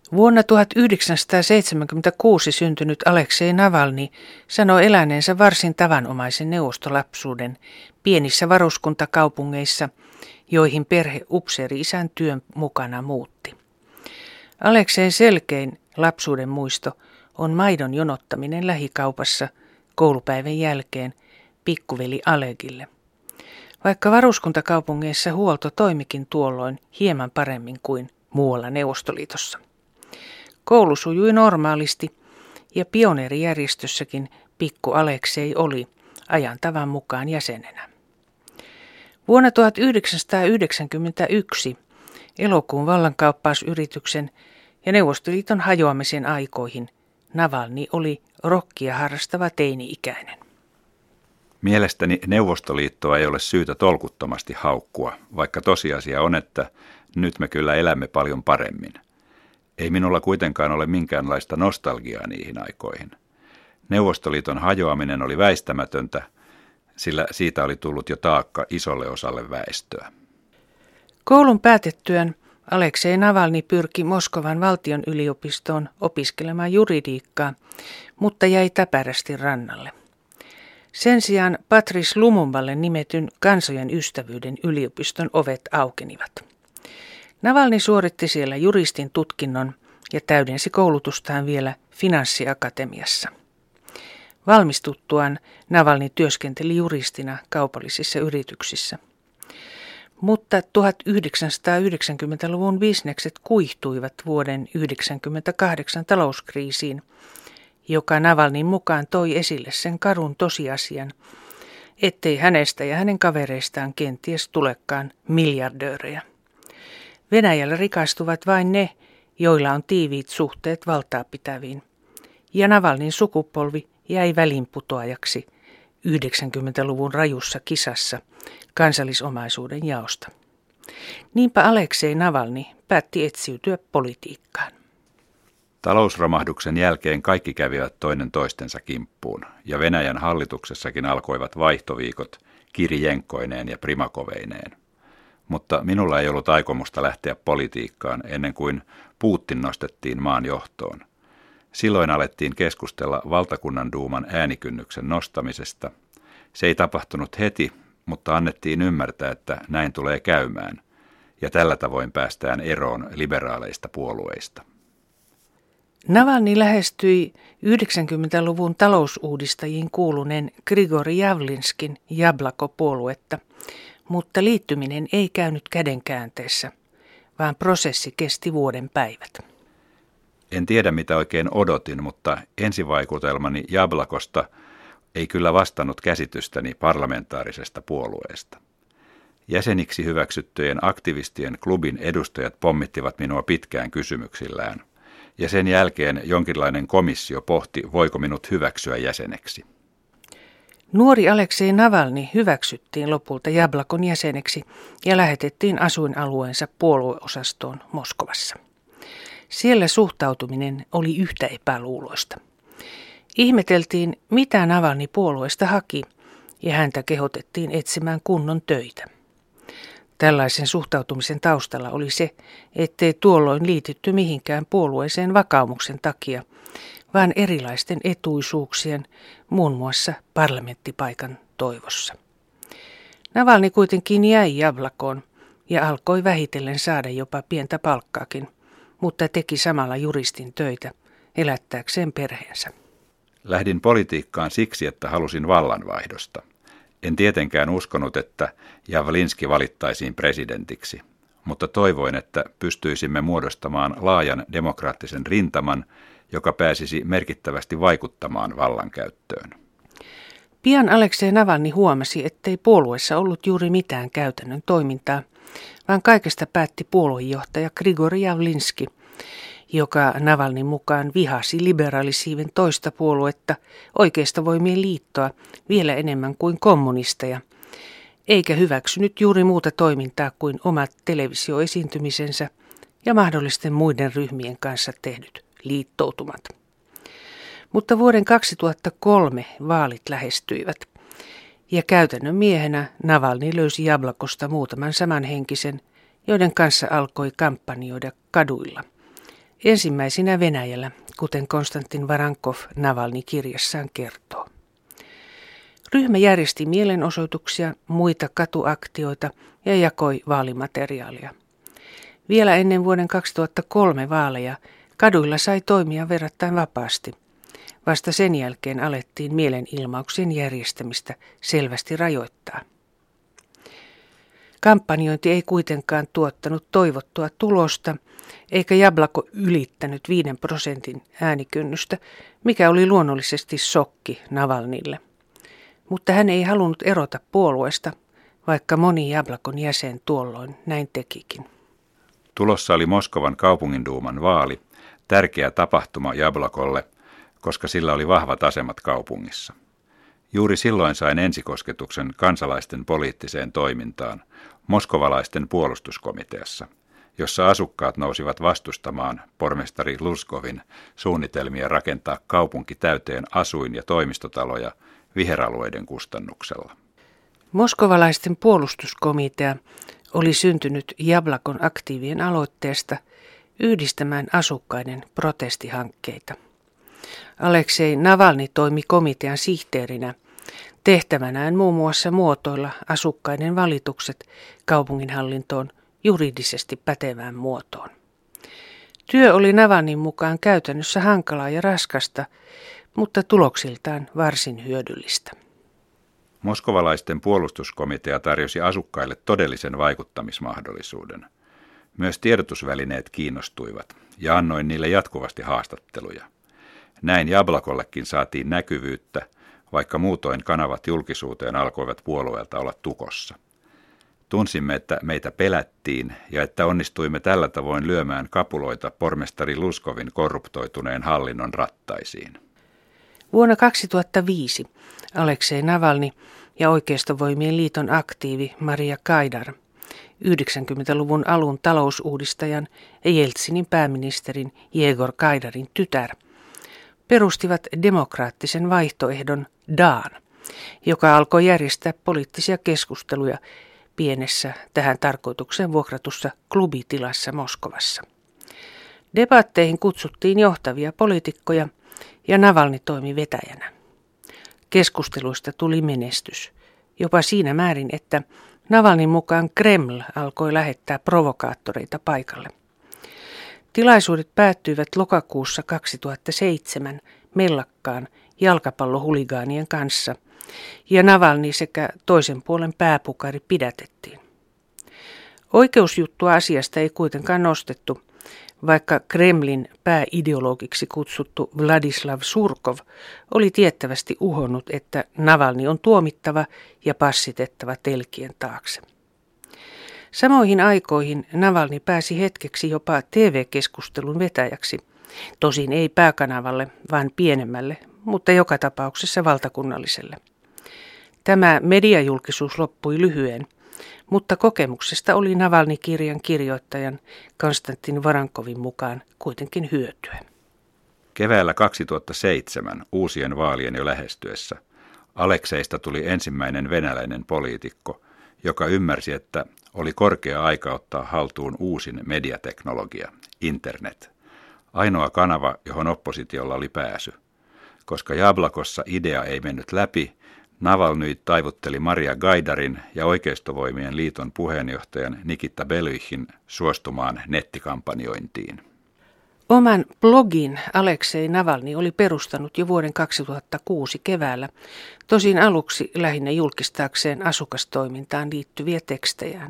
Vuonna 1976 syntynyt Aleksei Navalny sanoi eläneensä varsin tavanomaisen neuvostolapsuuden pienissä varuskuntakaupungeissa, joihin perhe upseeri-isän työn mukana muutti. Aleksein selkein lapsuuden muisto on maidon jonottaminen lähikaupassa koulupäivän jälkeen pikkuveli Alegille. Vaikka varuskuntakaupungeissa huolto toimikin tuolloin hieman paremmin kuin muualla Neuvostoliitossa. Koulu sujui normaalisti ja pioneerijärjestössäkin pikku Aleksei oli ajan tavan mukaan jäsenenä. Vuonna 1991 elokuun vallankaappausyrityksen ja Neuvostoliiton hajoamisen aikoihin Navalny oli rokkia harrastava teini-ikäinen. Mielestäni Neuvostoliittoa ei ole syytä tolkuttomasti haukkua, vaikka tosiasia on, että nyt me kyllä elämme paljon paremmin. Ei minulla kuitenkaan ole minkäänlaista nostalgiaa niihin aikoihin. Neuvostoliiton hajoaminen oli väistämätöntä, sillä siitä oli tullut jo taakka isolle osalle väestöä. Koulun päätettyään Aleksei Navalny pyrki Moskovan valtion yliopistoon opiskelemaan juridiikkaa, mutta jäi täpärästi rannalle. Sen sijaan Patris Lumumballe nimetyn kansojen ystävyyden yliopiston ovet aukenivat. Navalny suoritti siellä juristin tutkinnon ja täydensi koulutustaan vielä Finanssiakatemiassa. Valmistuttuaan Navalny työskenteli juristina kaupallisissa yrityksissä. Mutta 1990-luvun bisnekset kuihtuivat vuoden 1998 talouskriisiin, joka Navalnyn mukaan toi esille sen karun tosiasian, ettei hänestä ja hänen kavereistaan kenties tulekaan miljardöörejä. Venäjällä rikastuvat vain ne, joilla on tiiviit suhteet valtaa pitäviin, ja Navalnyn sukupolvi jäi välinputoajaksi 90-luvun rajussa kisassa kansallisomaisuuden jaosta. Niinpä Aleksei Navalny päätti etsiytyä politiikkaan. Talousromahduksen jälkeen kaikki kävivät toinen toistensa kimppuun, ja Venäjän hallituksessakin alkoivat vaihtoviikot Kirijenkoineen ja Primakoveineen. Mutta minulla ei ollut aikomusta lähteä politiikkaan ennen kuin Putin nostettiin maan johtoon. Silloin alettiin keskustella valtakunnan duuman äänikynnyksen nostamisesta. Se ei tapahtunut heti, mutta annettiin ymmärtää, että näin tulee käymään, ja tällä tavoin päästään eroon liberaaleista puolueista. Navalny lähestyi 90-luvun talousuudistajiin kuuluneen Grigori Javlinskin Jablako-puoluetta, mutta liittyminen ei käynyt kädenkäänteessä, vaan prosessi kesti vuoden päivät. En tiedä mitä oikein odotin, mutta ensivaikutelmani Jablakosta ei kyllä vastannut käsitystäni parlamentaarisesta puolueesta. Jäseniksi hyväksyttyjen aktivistien klubin edustajat pommittivat minua pitkään kysymyksillään, ja sen jälkeen jonkinlainen komissio pohti, voiko minut hyväksyä jäseneksi. Nuori Aleksei Navalny hyväksyttiin lopulta Jablakon jäseneksi ja lähetettiin asuinalueensa puolueosastoon Moskovassa. Siellä suhtautuminen oli yhtä epäluuloista. Ihmeteltiin, mitä Navalny puolueesta haki, ja häntä kehotettiin etsimään kunnon töitä. Tällaisen suhtautumisen taustalla oli se, ettei tuolloin liitytty mihinkään puolueeseen vakaumuksen takia, vaan erilaisten etuisuuksien, muun muassa parlamenttipaikan toivossa. Navalny kuitenkin jäi Jablakoon ja alkoi vähitellen saada jopa pientä palkkaakin, mutta teki samalla juristin töitä elättääkseen perheensä. Lähdin politiikkaan siksi, että halusin vallanvaihdosta. En tietenkään uskonut, että Javlinski valittaisiin presidentiksi, mutta toivoin, että pystyisimme muodostamaan laajan demokraattisen rintaman, joka pääsisi merkittävästi vaikuttamaan vallankäyttöön. Pian Aleksei Navalny huomasi, ettei puolueessa ollut juuri mitään käytännön toimintaa, vaan kaikesta päätti puoluejohtaja Grigori Javlinski, joka Navalnyn mukaan vihasi liberaalisiiven toista puoluetta, oikeistovoimien liittoa, vielä enemmän kuin kommunisteja, eikä hyväksynyt juuri muuta toimintaa kuin omat televisioesiintymisensä ja mahdollisten muiden ryhmien kanssa tehdyt liittoutumat. Mutta vuoden 2003 vaalit lähestyivät, ja käytännön miehenä Navalny löysi Jablakosta muutaman samanhenkisen, joiden kanssa alkoi kampanjoida kaduilla, ensimmäisinä Venäjällä, kuten Konstantin Varankov Navalny-kirjassaan kertoo. Ryhmä järjesti mielenosoituksia, muita katuaktioita ja jakoi vaalimateriaalia. Vielä ennen vuoden 2003 vaaleja kaduilla sai toimia verrattain vapaasti. Vasta sen jälkeen alettiin mielenilmauksien järjestämistä selvästi rajoittaa. Kampanjointi ei kuitenkaan tuottanut toivottua tulosta, eikä Jablako ylittänyt 5% äänikynnystä, mikä oli luonnollisesti shokki Navalnylle. Mutta hän ei halunnut erota puolueesta, vaikka moni Jablakon jäsen tuolloin näin tekikin. Tulossa oli Moskovan kaupunginduuman vaali, tärkeä tapahtuma Jablakolle, koska sillä oli vahvat asemat kaupungissa. Juuri silloin sain ensikosketuksen kansalaisten poliittiseen toimintaan moskovalaisten puolustuskomiteassa, jossa asukkaat nousivat vastustamaan pormestari Luskovin suunnitelmia rakentaa kaupunki täyteen asuin- ja toimistotaloja viheralueiden kustannuksella. Moskovalaisten puolustuskomitea oli syntynyt Jablakon aktiivien aloitteesta yhdistämään asukkaiden protestihankkeita. Aleksei Navalny toimi komitean sihteerinä, tehtävänään muun muassa muotoilla asukkaiden valitukset kaupunginhallintoon juridisesti pätevään muotoon. Työ oli Navalnyn mukaan käytännössä hankalaa ja raskasta, mutta tuloksiltaan varsin hyödyllistä. Moskovalaisten puolustuskomitea tarjosi asukkaille todellisen vaikuttamismahdollisuuden. Myös tiedotusvälineet kiinnostuivat ja annoin niille jatkuvasti haastatteluja. Näin Jablakollekin saatiin näkyvyyttä, vaikka muutoin kanavat julkisuuteen alkoivat puolueelta olla tukossa. Tunsimme, että meitä pelättiin ja että onnistuimme tällä tavoin lyömään kapuloita pormestari Luskovin korruptoituneen hallinnon rattaisiin. Vuonna 2005 Aleksei Navalny ja Oikeistovoimien liiton aktiivi Maria Gaidar, 90-luvun alun talousuudistajan ja Jeltsinin pääministerin Jegor Gaidarin tytär, perustivat demokraattisen vaihtoehdon DAN, joka alkoi järjestää poliittisia keskusteluja pienessä tähän tarkoitukseen vuokratussa klubitilassa Moskovassa. Debatteihin kutsuttiin johtavia poliitikkoja ja Navalny toimi vetäjänä. Keskusteluista tuli menestys, jopa siinä määrin, että Navalnyn mukaan Kreml alkoi lähettää provokaattoreita paikalle. Tilaisuudet päättyivät lokakuussa 2007 mellakkaan jalkapallohuligaanien kanssa, ja Navalny sekä toisen puolen pääpukari pidätettiin. Oikeusjuttua asiasta ei kuitenkaan nostettu, vaikka Kremlin pääideologiksi kutsuttu Vladislav Surkov oli tiettävästi uhonnut, että Navalny on tuomittava ja passitettava telkien taakse. Samoihin aikoihin Navalny pääsi hetkeksi jopa TV-keskustelun vetäjäksi, tosin ei pääkanavalle, vaan pienemmälle, mutta joka tapauksessa valtakunnalliselle. Tämä mediajulkisuus loppui lyhyen, mutta kokemuksesta oli Navalny-kirjan kirjoittajan Konstantin Varankovin mukaan kuitenkin hyötyä. Keväällä 2007 uusien vaalien jo lähestyessä Alekseista tuli ensimmäinen venäläinen poliitikko, joka ymmärsi, että oli korkea aika ottaa haltuun uusin mediateknologia, internet. Ainoa kanava, johon oppositiolla oli pääsy. Koska Jablakossa idea ei mennyt läpi, Navalny taivutteli Maria Gaidarin ja Oikeistovoimien liiton puheenjohtajan Nikita Belyhin suostumaan nettikampanjointiin. Oman blogin Aleksei Navalny oli perustanut jo vuoden 2006 keväällä, tosin aluksi lähinnä julkistaakseen asukastoimintaan liittyviä tekstejään.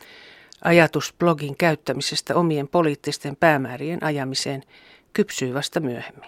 Ajatus blogin käyttämisestä omien poliittisten päämäärien ajamiseen kypsyi vasta myöhemmin.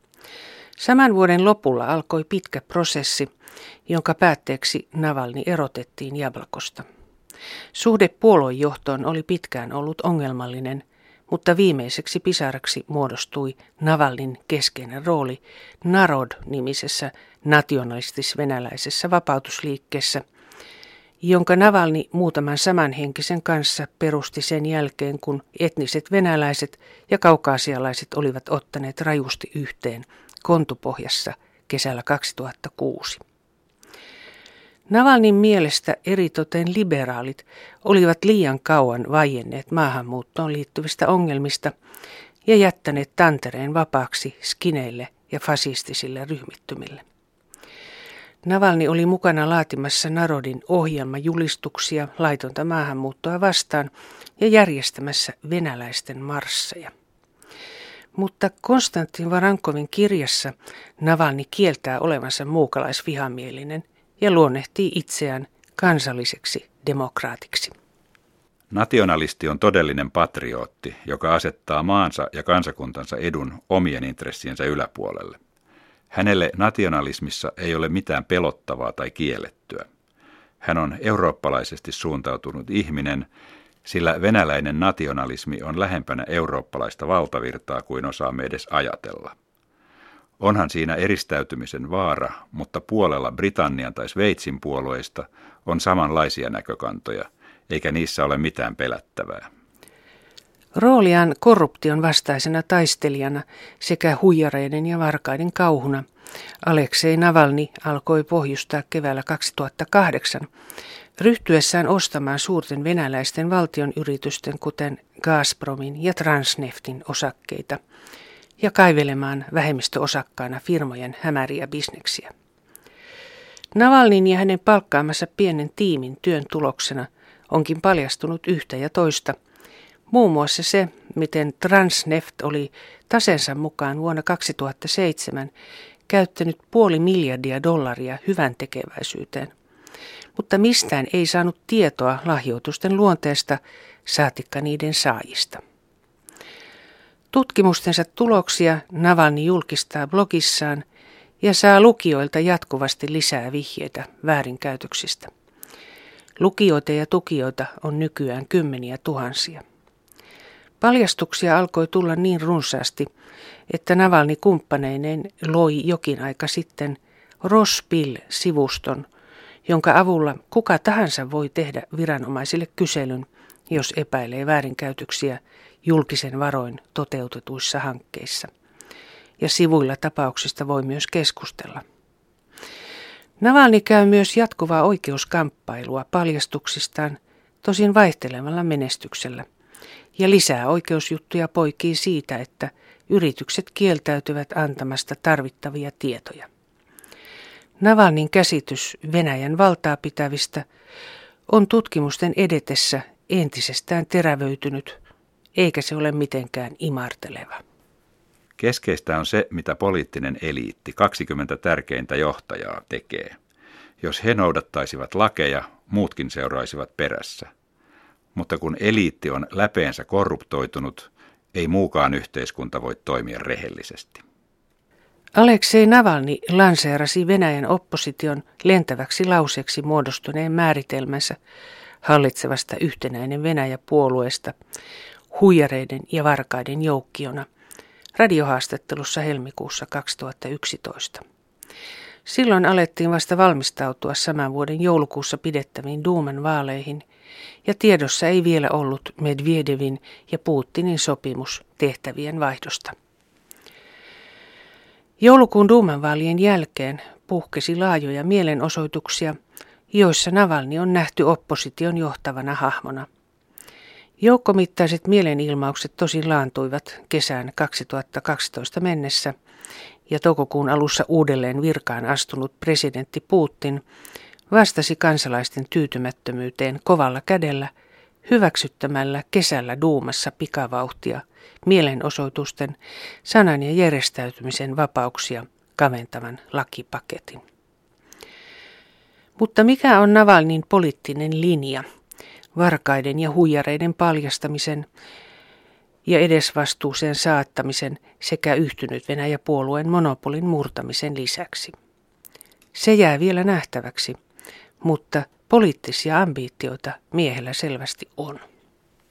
Saman vuoden lopulla alkoi pitkä prosessi, jonka päätteeksi Navalny erotettiin Jablakosta. Suhde puoluejohtoon oli pitkään ollut ongelmallinen, mutta viimeiseksi pisaraksi muodostui Navalnyn keskeinen rooli Narod-nimisessä nationalistis-venäläisessä vapautusliikkeessä, jonka Navalny muutaman samanhenkisen kanssa perusti sen jälkeen, kun etniset venäläiset ja kaukaasialaiset olivat ottaneet rajusti yhteen Kontupohjassa kesällä 2006. Navalnyn mielestä eritoten liberaalit olivat liian kauan vaienneet maahanmuuttoon liittyvistä ongelmista ja jättäneet tantereen vapaaksi skineille ja fasistisille ryhmittymille. Navalny oli mukana laatimassa Narodin ohjelmajulistuksia laitonta maahanmuuttoa vastaan ja järjestämässä venäläisten marsseja. Mutta Konstantin Varankovin kirjassa Navalny kieltää olevansa muukalaisvihamielinen ja luonnehtii itseään kansalliseksi demokraatiksi. Nationalisti on todellinen patriotti, joka asettaa maansa ja kansakuntansa edun omien intressiensä yläpuolelle. Hänelle nationalismissa ei ole mitään pelottavaa tai kiellettyä. Hän on eurooppalaisesti suuntautunut ihminen, sillä venäläinen nationalismi on lähempänä eurooppalaista valtavirtaa kuin osaamme edes ajatella. Onhan siinä eristäytymisen vaara, mutta puolella Britannian tai Sveitsin puolueista on samanlaisia näkökantoja, eikä niissä ole mitään pelättävää. Rooliaan korruption vastaisena taistelijana sekä huijareiden ja varkaiden kauhuna Aleksei Navalny alkoi pohjustaa keväällä 2008 ryhtyessään ostamaan suurten venäläisten valtionyritysten kuten Gazpromin ja Transneftin osakkeita ja kaivelemaan vähemmistöosakkaana firmojen hämäriä bisneksiä. Navalnyn ja hänen palkkaamansa pienen tiimin työn tuloksena onkin paljastunut yhtä ja toista, muun muassa se, miten Transneft oli tasensa mukaan vuonna 2007 käyttänyt $500 miljardia hyvän tekeväisyyteen, mutta mistään ei saanut tietoa lahjoitusten luonteesta, saatikka niiden saajista. Tutkimustensa tuloksia Navalny julkistaa blogissaan ja saa lukijoilta jatkuvasti lisää vihjeitä väärinkäytöksistä. Lukijoita ja tukijoita on nykyään kymmeniä tuhansia. Paljastuksia alkoi tulla niin runsaasti, että Navalny kumppaneineen loi jokin aika sitten Rospill-sivuston, jonka avulla kuka tahansa voi tehdä viranomaisille kyselyn, jos epäilee väärinkäytöksiä julkisen varoin toteutetuissa hankkeissa. Ja sivuilla tapauksista voi myös keskustella. Navalny käy myös jatkuvaa oikeuskamppailua paljastuksistaan, tosin vaihtelevalla menestyksellä, ja lisää oikeusjuttuja poikii siitä, että yritykset kieltäytyvät antamasta tarvittavia tietoja. Navalnyn käsitys Venäjän valtaa pitävistä on tutkimusten edetessä entisestään terävöitynyt, eikä se ole mitenkään imarteleva. Keskeistä on se, mitä poliittinen eliitti, 20 tärkeintä johtajaa, tekee. Jos he noudattaisivat lakeja, muutkin seuraisivat perässä. Mutta kun eliitti on läpeensä korruptoitunut, ei muukaan yhteiskunta voi toimia rehellisesti. Aleksei Navalny lanseerasi Venäjän opposition lentäväksi lauseeksi muodostuneen määritelmänsä hallitsevasta yhtenäinen Venäjä-puolueesta huijareiden ja varkaiden joukkiona radiohaastattelussa helmikuussa 2011. Silloin alettiin vasta valmistautua saman vuoden joulukuussa pidettäviin Duuman vaaleihin, ja tiedossa ei vielä ollut Medvedevin ja Putinin sopimus tehtävien vaihdosta. Joulukuun Duuman vaalien jälkeen puhkesi laajoja mielenosoituksia, joissa Navalny on nähty opposition johtavana hahmona. Joukkomittaiset mielenilmaukset tosin laantuivat kesään 2012 mennessä, ja toukokuun alussa uudelleen virkaan astunut presidentti Putin vastasi kansalaisten tyytymättömyyteen kovalla kädellä hyväksyttämällä kesällä Duumassa pikavauhtia mielenosoitusten, sanan ja järjestäytymisen vapauksia kaventavan lakipaketin. Mutta mikä on Navalnyn poliittinen linja varkaiden ja huijareiden paljastamisen ja edesvastuuseen saattamisen sekä yhtynyt Venäjä-puolueen monopolin murtamisen lisäksi? Se jää vielä nähtäväksi, mutta poliittisia ambiitioita miehellä selvästi on.